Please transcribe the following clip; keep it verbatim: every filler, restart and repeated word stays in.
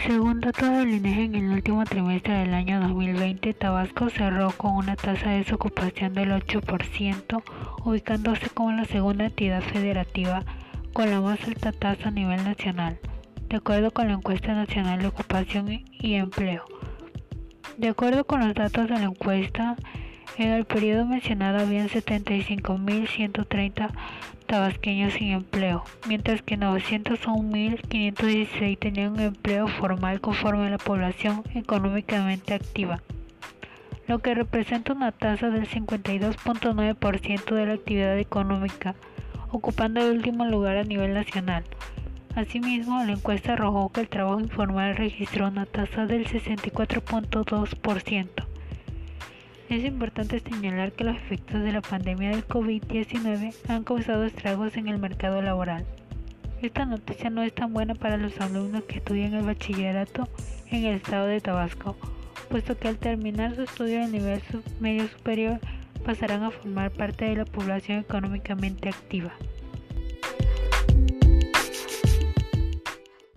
Según datos del INEGI, en el último trimestre del año dos mil veinte, Tabasco cerró con una tasa de desocupación del ocho por ciento, ubicándose como la segunda entidad federativa con la más alta tasa a nivel nacional, de acuerdo con la Encuesta Nacional de Ocupación y Empleo. De acuerdo con los datos de la encuesta, en el periodo mencionado habían setenta y cinco mil ciento treinta tabasqueños sin empleo, mientras que novecientos un mil quinientos dieciséis tenían un empleo formal conforme a la población económicamente activa, lo que representa una tasa del cincuenta y dos punto nueve por ciento de la actividad económica, ocupando el último lugar a nivel nacional. Asimismo, la encuesta arrojó que el trabajo informal registró una tasa del sesenta y cuatro punto dos por ciento. Es importante señalar que los efectos de la pandemia del COVID diecinueve han causado estragos en el mercado laboral. Esta noticia no es tan buena para los alumnos que estudian el bachillerato en el estado de Tabasco, puesto que al terminar su estudio de nivel medio superior pasarán a formar parte de la población económicamente activa.